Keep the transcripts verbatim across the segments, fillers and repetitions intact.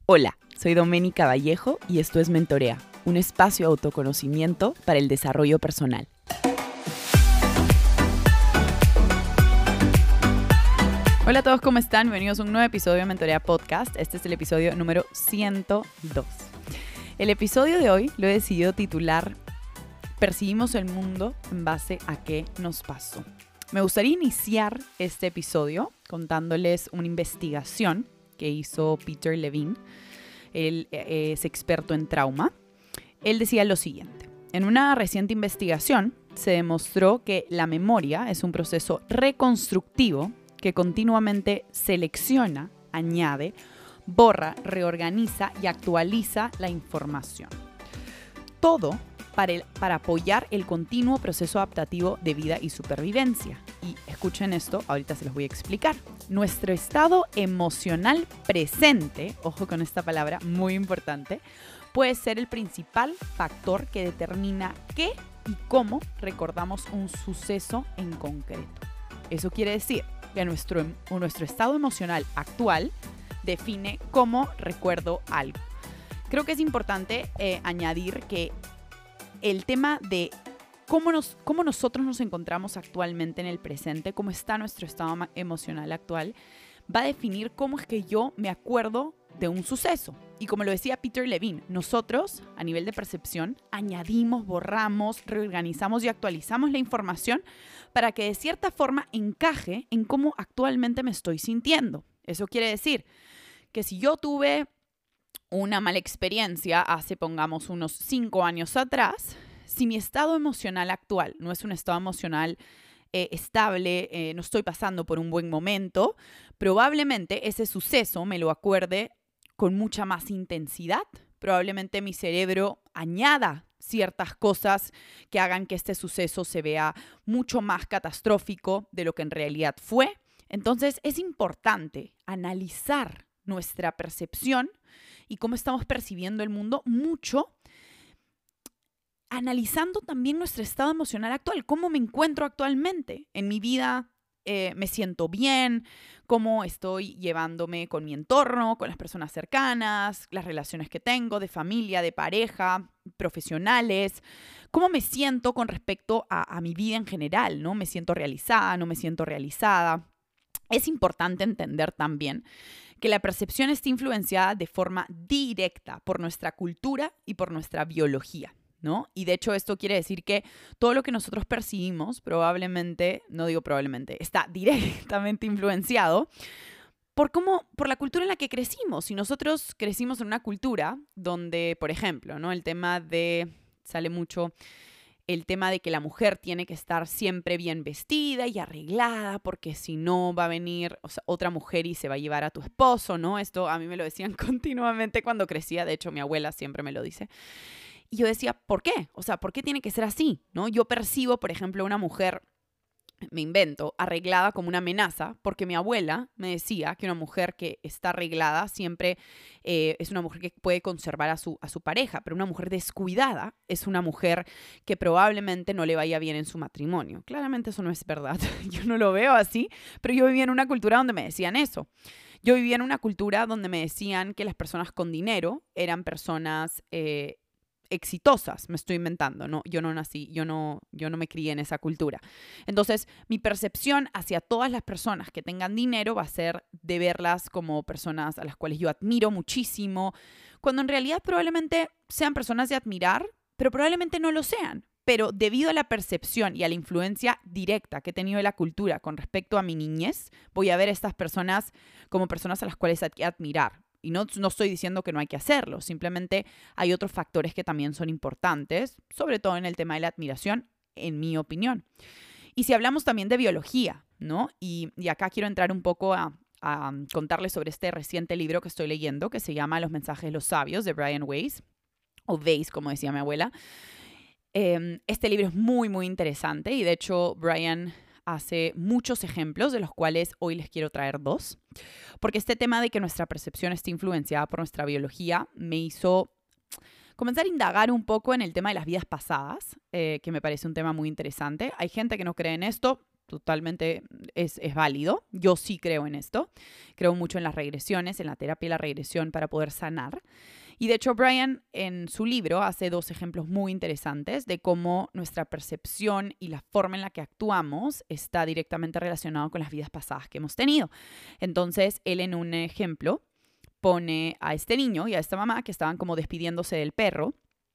Hola, soy Doménica Vallejo y esto es Mentorea, un espacio de autoconocimiento para el desarrollo personal. Hola a todos, ¿cómo están? Bienvenidos a un nuevo episodio de Mentorea Podcast. Este es el episodio número ciento dos. El episodio de hoy lo he decidido titular Percibimos el mundo en base a qué nos pasó. Me gustaría iniciar este episodio contándoles una investigación que hizo Peter Levine. Él es experto en trauma. Él decía lo siguiente: en una reciente investigación se demostró que la memoria es un proceso reconstructivo que continuamente selecciona, añade, borra, reorganiza y actualiza la información. Todo para, el, para apoyar el continuo proceso adaptativo de vida y supervivencia. Y escuchen esto, ahorita se los voy a explicar. Nuestro estado emocional presente, ojo con esta palabra muy importante, puede ser el principal factor que determina qué y cómo recordamos un suceso en concreto. Eso quiere decir que nuestro, nuestro estado emocional actual define cómo recuerdo algo. Creo que es importante eh, añadir que el tema de cómo, nos, cómo nosotros nos encontramos actualmente en el presente, cómo está nuestro estado emocional actual, va a definir cómo es que yo me acuerdo de un suceso. Y como lo decía Peter Levine, nosotros, a nivel de percepción, añadimos, borramos, reorganizamos y actualizamos la información para que de cierta forma encaje en cómo actualmente me estoy sintiendo. Eso quiere decir que si yo tuve una mala experiencia hace, pongamos, unos cinco años atrás, si mi estado emocional actual no es un estado emocional eh, estable, eh, no estoy pasando por un buen momento, probablemente ese suceso me lo acuerde con mucha más intensidad. Probablemente mi cerebro añada ciertas cosas que hagan que este suceso se vea mucho más catastrófico de lo que en realidad fue. Entonces es importante analizar nuestra percepción y cómo estamos percibiendo el mundo mucho, analizando también nuestro estado emocional actual, cómo me encuentro actualmente en mi vida, eh, me siento bien, cómo estoy llevándome con mi entorno, con las personas cercanas, las relaciones que tengo de familia, de pareja, profesionales, cómo me siento con respecto a, a mi vida en general, ¿no? Me siento realizada, no me siento realizada. Es importante entender también que la percepción está influenciada de forma directa por nuestra cultura y por nuestra biología, ¿no? Y de hecho esto quiere decir que todo lo que nosotros percibimos probablemente, no digo probablemente, está directamente influenciado por cómo, por la cultura en la que crecimos. Si nosotros crecimos en una cultura donde, por ejemplo, ¿no? El tema de, sale mucho el tema de que la mujer tiene que estar siempre bien vestida y arreglada porque si no va a venir, o sea, otra mujer y se va a llevar a tu esposo, ¿no? Esto a mí me lo decían continuamente cuando crecía. De hecho, mi abuela siempre me lo dice. Y yo decía, ¿por qué? O sea, ¿por qué tiene que ser así? ¿No? Yo percibo, por ejemplo, una mujer, me invento, arreglada como una amenaza, porque mi abuela me decía que una mujer que está arreglada siempre eh, es una mujer que puede conservar a su, a su pareja, pero una mujer descuidada es una mujer que probablemente no le vaya bien en su matrimonio. Claramente eso no es verdad, yo no lo veo así, pero yo vivía en una cultura donde me decían eso. Yo vivía en una cultura donde me decían que las personas con dinero eran personas Eh, exitosas, me estoy inventando, ¿no? Yo no nací, yo no, yo no me crié en esa cultura. Entonces, mi percepción hacia todas las personas que tengan dinero va a ser de verlas como personas a las cuales yo admiro muchísimo, cuando en realidad probablemente sean personas de admirar, pero probablemente no lo sean. Pero debido a la percepción y a la influencia directa que he tenido de la cultura con respecto a mi niñez, voy a ver a estas personas como personas a las cuales hay que admirar. Y no, no estoy diciendo que no hay que hacerlo, simplemente hay otros factores que también son importantes, sobre todo en el tema de la admiración, en mi opinión. Y si hablamos también de biología, ¿no? Y, y acá quiero entrar un poco a, a contarles sobre este reciente libro que estoy leyendo, que se llama Los mensajes de los sabios, de Brian Weiss, o Weiss, como decía mi abuela. Eh, este libro es muy, muy interesante y de hecho Brian hace muchos ejemplos, de los cuales hoy les quiero traer dos, porque este tema de que nuestra percepción esté influenciada por nuestra biología me hizo comenzar a indagar un poco en el tema de las vidas pasadas, eh, que me parece un tema muy interesante. Hay gente que no cree en esto, totalmente es, es válido. Yo sí creo en esto. Creo mucho en las regresiones, en la terapia y la regresión para poder sanar. Y de hecho, Brian en su libro hace dos ejemplos muy interesantes de cómo nuestra percepción y la forma en la que actuamos está directamente relacionado con las vidas pasadas que hemos tenido. Entonces, él en un ejemplo pone a este niño y a esta mamá que estaban como despidiéndose del perro,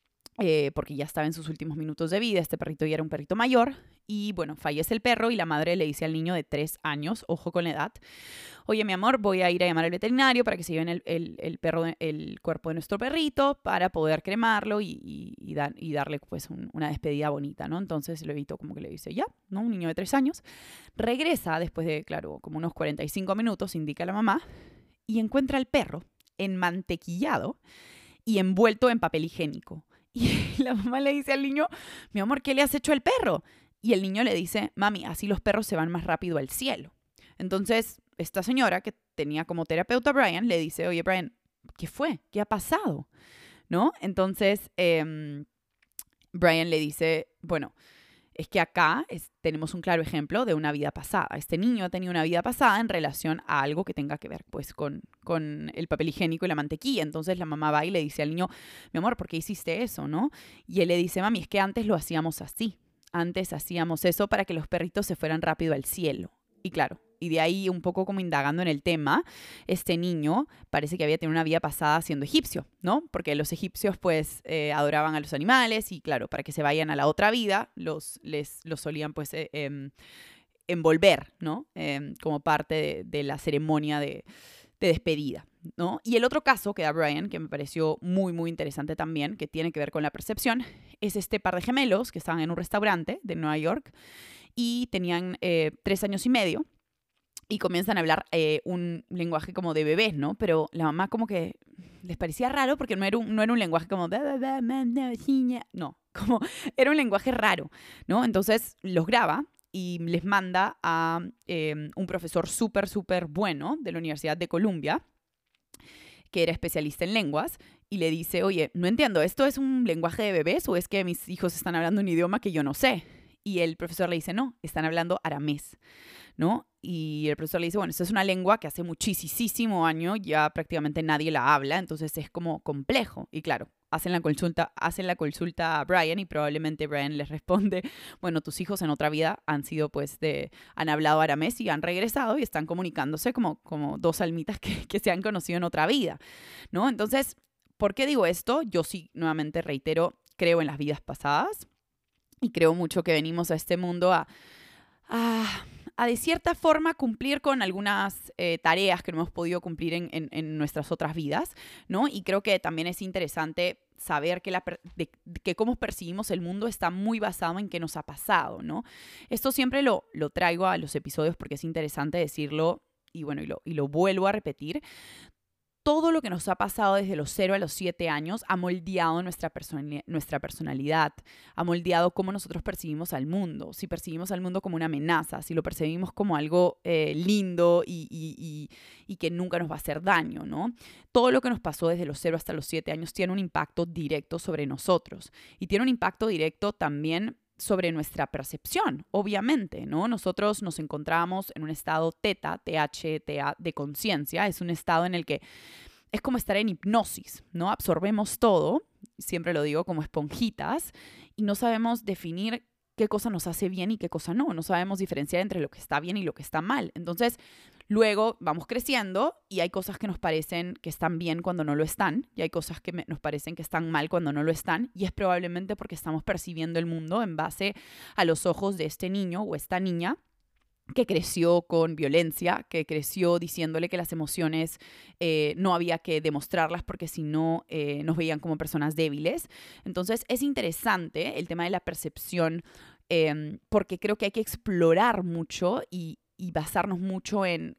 Eh, porque ya estaba en sus últimos minutos de vida. Este perrito ya era un perrito mayor y bueno, fallece el perro y la madre le dice al niño de tres años, ojo con la edad, oye mi amor, voy a ir a llamar al veterinario para que se lleven el, el, el, perro, el cuerpo de nuestro perrito para poder cremarlo y, y, y, dar, y darle pues un, una despedida bonita, ¿no? Entonces el bebito como que le dice ya, ¿no? Un niño de tres años regresa después de, claro, como unos cuarenta y cinco minutos, indica la mamá, y encuentra al perro enmantequillado y envuelto en papel higiénico. Y la mamá le dice al niño, mi amor, ¿qué le has hecho al perro? Y el niño le dice, mami, así los perros se van más rápido al cielo. Entonces, esta señora que tenía como terapeuta a Brian le dice, oye, Brian, ¿qué fue? ¿Qué ha pasado? ¿No? Entonces, eh, Brian le dice, bueno, es que acá es, tenemos un claro ejemplo de una vida pasada. Este niño ha tenido una vida pasada en relación a algo que tenga que ver pues, con, con el papel higiénico y la mantequilla. Entonces la mamá va y le dice al niño, mi amor, ¿por qué hiciste eso? ¿No? Y él le dice, mami, es que antes lo hacíamos así. Antes hacíamos eso para que los perritos se fueran rápido al cielo. Y claro, y de ahí un poco como indagando en el tema, este niño parece que había tenido una vida pasada siendo egipcio, ¿no? Porque los egipcios pues eh, adoraban a los animales y claro, para que se vayan a la otra vida, los, les, los solían pues eh, eh, envolver, ¿no? Eh, como parte de, de la ceremonia de, de despedida, ¿no? Y el otro caso que da Brian, que me pareció muy, muy interesante también, que tiene que ver con la percepción, es este par de gemelos que estaban en un restaurante de Nueva York y tenían eh, tres años y medio y comienzan a hablar eh, un lenguaje como de bebés, ¿no? Pero la mamá como que les parecía raro porque no era un, no era un lenguaje como... No, como era un lenguaje raro, ¿no? Entonces los graba y les manda a eh, un profesor súper, súper bueno de la Universidad de Columbia, que era especialista en lenguas, y le dice, oye, no entiendo, ¿esto es un lenguaje de bebés o es que mis hijos están hablando un idioma que yo no sé? Y el profesor le dice, no, están hablando aramés, ¿no? Y el profesor le dice, bueno, esta es una lengua que hace muchísimo año ya prácticamente nadie la habla, entonces es como complejo. Y claro, hacen la consulta, hacen la consulta a Brian y probablemente Brian les responde, bueno, tus hijos en otra vida han sido pues de, han hablado aramés y han regresado y están comunicándose como, como dos almitas que, que se han conocido en otra vida, ¿no? Entonces, ¿por qué digo esto? Yo sí, nuevamente reitero, creo en las vidas pasadas y creo mucho que venimos a este mundo a... a a de cierta forma cumplir con algunas eh, tareas que no hemos podido cumplir en, en, en nuestras otras vidas, ¿no? Y creo que también es interesante saber que, la, de, que cómo percibimos el mundo está muy basado en qué nos ha pasado, ¿no? Esto siempre lo, lo traigo a los episodios porque es interesante decirlo y bueno, y lo, y lo vuelvo a repetir. Todo lo que nos ha pasado desde los cero a los siete años ha moldeado nuestra, person- nuestra personalidad, ha moldeado cómo nosotros percibimos al mundo, si percibimos al mundo como una amenaza, si lo percibimos como algo eh, lindo y, y, y, y que nunca nos va a hacer daño, ¿no? Todo lo que nos pasó desde los cero hasta los siete años tiene un impacto directo sobre nosotros y tiene un impacto directo también sobre nuestra percepción, obviamente, ¿no? Nosotros nos encontramos en un estado teta, T H T A, de conciencia. Es un estado en el que es como estar en hipnosis, ¿no? Absorbemos todo, siempre lo digo, como esponjitas, y no sabemos definir qué cosa nos hace bien y qué cosa no. No sabemos diferenciar entre lo que está bien y lo que está mal. Entonces, luego vamos creciendo y hay cosas que nos parecen que están bien cuando no lo están y hay cosas que me, nos parecen que están mal cuando no lo están y es probablemente porque estamos percibiendo el mundo en base a los ojos de este niño o esta niña que creció con violencia, que creció diciéndole que las emociones eh, no había que demostrarlas porque si no eh, nos veían como personas débiles. Entonces es interesante el tema de la percepción eh, porque creo que hay que explorar mucho y, y basarnos mucho en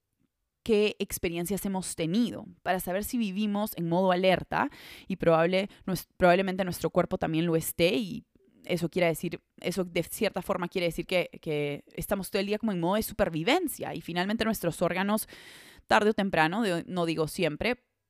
qué experiencias hemos tenido para saber si vivimos en modo alerta y probable, probablemente nuestro cuerpo también lo esté y eso quiere decir, eso de cierta forma quiere decir que, que estamos todo el día como en modo de supervivencia y finalmente nuestros órganos, tarde o temprano, no digo siempre,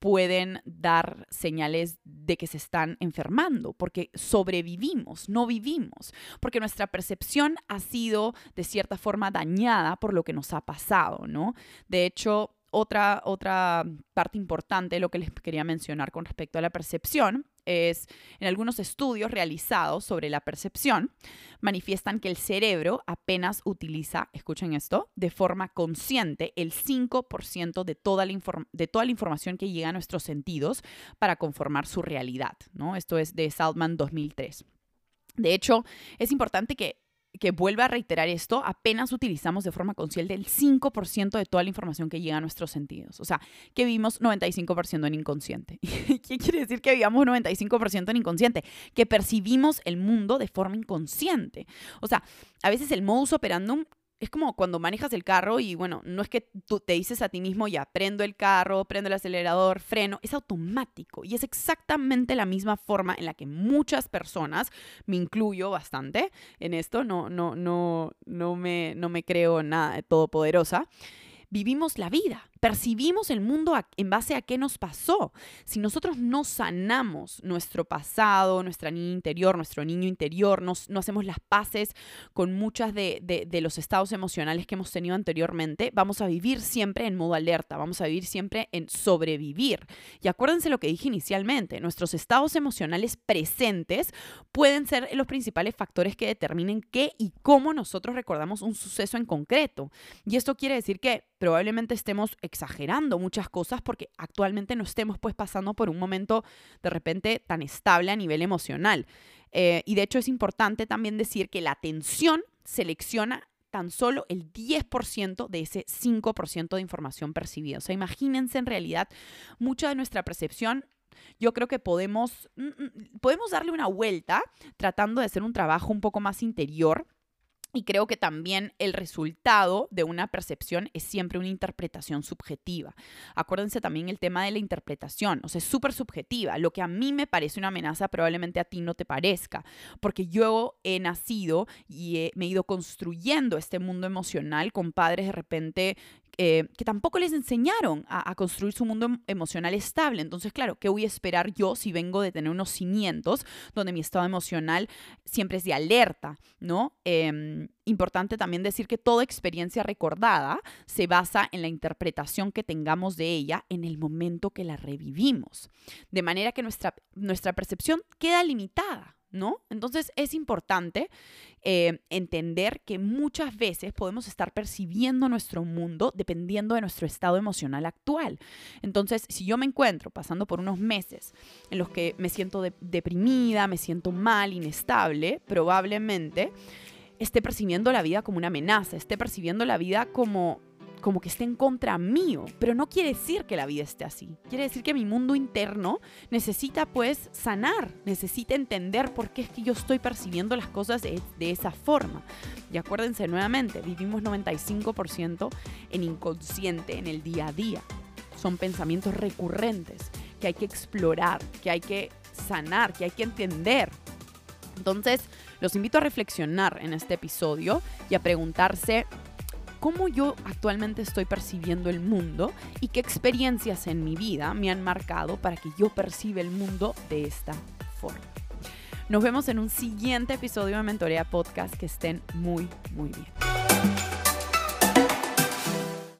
pueden dar señales de que se están enfermando, porque sobrevivimos, no vivimos, porque nuestra percepción ha sido de cierta forma dañada por lo que nos ha pasado, ¿no? De hecho, otra, otra parte importante de lo que les quería mencionar con respecto a la percepción es, en algunos estudios realizados sobre la percepción, manifiestan que el cerebro apenas utiliza, escuchen esto, de forma consciente el cinco por ciento de toda la, inform- de toda la información que llega a nuestros sentidos para conformar su realidad, ¿no? Esto es de Saltman dos mil tres. De hecho, es importante que que vuelva a reiterar esto, apenas utilizamos de forma consciente el cinco por ciento de toda la información que llega a nuestros sentidos. O sea, que vivimos noventa y cinco por ciento en inconsciente. ¿Qué quiere decir que vivamos noventa y cinco por ciento en inconsciente? Que percibimos el mundo de forma inconsciente. O sea, a veces el modus operandum es como cuando manejas el carro y, bueno, no es que tú te dices a ti mismo, ya, prendo el carro, prendo el acelerador, freno. Es automático y es exactamente la misma forma en la que muchas personas, me incluyo bastante en esto, no, no, no, no, me, no me creo nada de todopoderosa, vivimos la vida. Percibimos el mundo en base a qué nos pasó. Si nosotros no sanamos nuestro pasado, nuestra niña interior, nuestro niño interior, no, no hacemos las paces con muchas de, de, de los estados emocionales que hemos tenido anteriormente, vamos a vivir siempre en modo alerta, vamos a vivir siempre en sobrevivir. Y acuérdense lo que dije inicialmente, nuestros estados emocionales presentes pueden ser los principales factores que determinen qué y cómo nosotros recordamos un suceso en concreto. Y esto quiere decir que probablemente estemos exagerando muchas cosas porque actualmente no estemos pues pasando por un momento de repente tan estable a nivel emocional. Eh, y de hecho es importante también decir que la atención selecciona tan solo el diez por ciento de ese cinco por ciento de información percibida. O sea, imagínense en realidad mucha de nuestra percepción. Yo creo que podemos, podemos darle una vuelta tratando de hacer un trabajo un poco más interior. Y creo que también el resultado de una percepción es siempre una interpretación subjetiva. Acuérdense también el tema de la interpretación, o sea, es súper subjetiva. Lo que a mí me parece una amenaza probablemente a ti no te parezca, porque yo he nacido y he, me he ido construyendo este mundo emocional con padres de repente Eh, que tampoco les enseñaron a, a construir su mundo emocional estable. Entonces, claro, ¿qué voy a esperar yo si vengo de tener unos cimientos donde mi estado emocional siempre es de alerta, ¿no? Eh, importante también decir que toda experiencia recordada se basa en la interpretación que tengamos de ella en el momento que la revivimos. De manera que nuestra, nuestra percepción queda limitada, ¿no? Entonces es importante eh, entender que muchas veces podemos estar percibiendo nuestro mundo dependiendo de nuestro estado emocional actual. Entonces, si yo me encuentro pasando por unos meses en los que me siento de- deprimida, me siento mal, inestable, probablemente esté percibiendo la vida como una amenaza, esté percibiendo la vida como como que esté en contra mío, pero no quiere decir que la vida esté así. Quiere decir que mi mundo interno necesita pues sanar, necesita entender por qué es que yo estoy percibiendo las cosas de, de esa forma. Y acuérdense nuevamente, vivimos noventa y cinco por ciento en inconsciente, en el día a día. Son pensamientos recurrentes que hay que explorar, que hay que sanar, que hay que entender. Entonces, los invito a reflexionar en este episodio y a preguntarse cómo yo actualmente estoy percibiendo el mundo y qué experiencias en mi vida me han marcado para que yo perciba el mundo de esta forma. Nos vemos en un siguiente episodio de Mentorea Podcast. Que estén muy, muy bien.